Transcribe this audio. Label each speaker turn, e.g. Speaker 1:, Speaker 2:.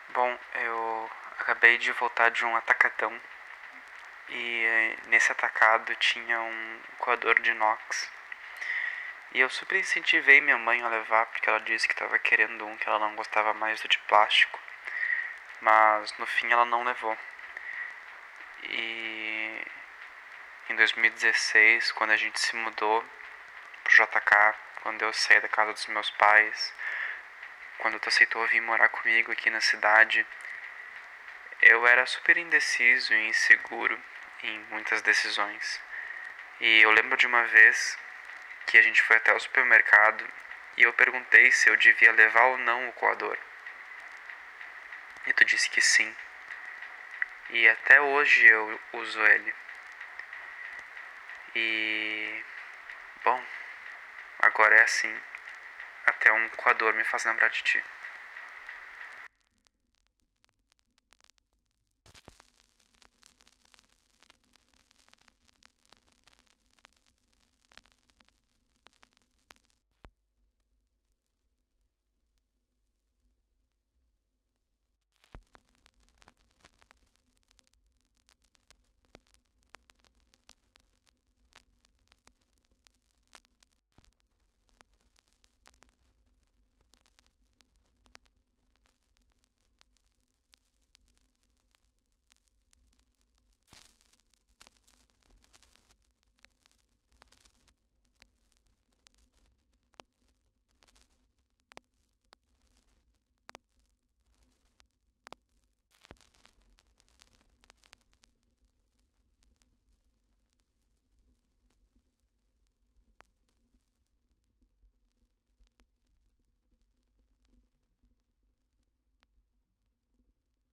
Speaker 1: Bom, eu acabei de voltar de um atacadão e nesse atacado tinha um coador de inox. E eu super incentivei minha mãe a levar porque ela disse que estava querendo um, que ela não gostava mais do de plástico. Mas no fim ela não levou. E em 2016, quando a gente se mudou pro JK, quando eu saí da casa dos meus pais, quando tu aceitou vir morar comigo aqui na cidade, eu era super indeciso e inseguro em muitas decisões. E eu lembro de uma vez que a gente foi até o supermercado e eu perguntei se eu devia levar ou não o coador. E tu disse que sim. E até hoje eu uso ele. E bom, agora é assim. Até um coador me faz lembrar de ti.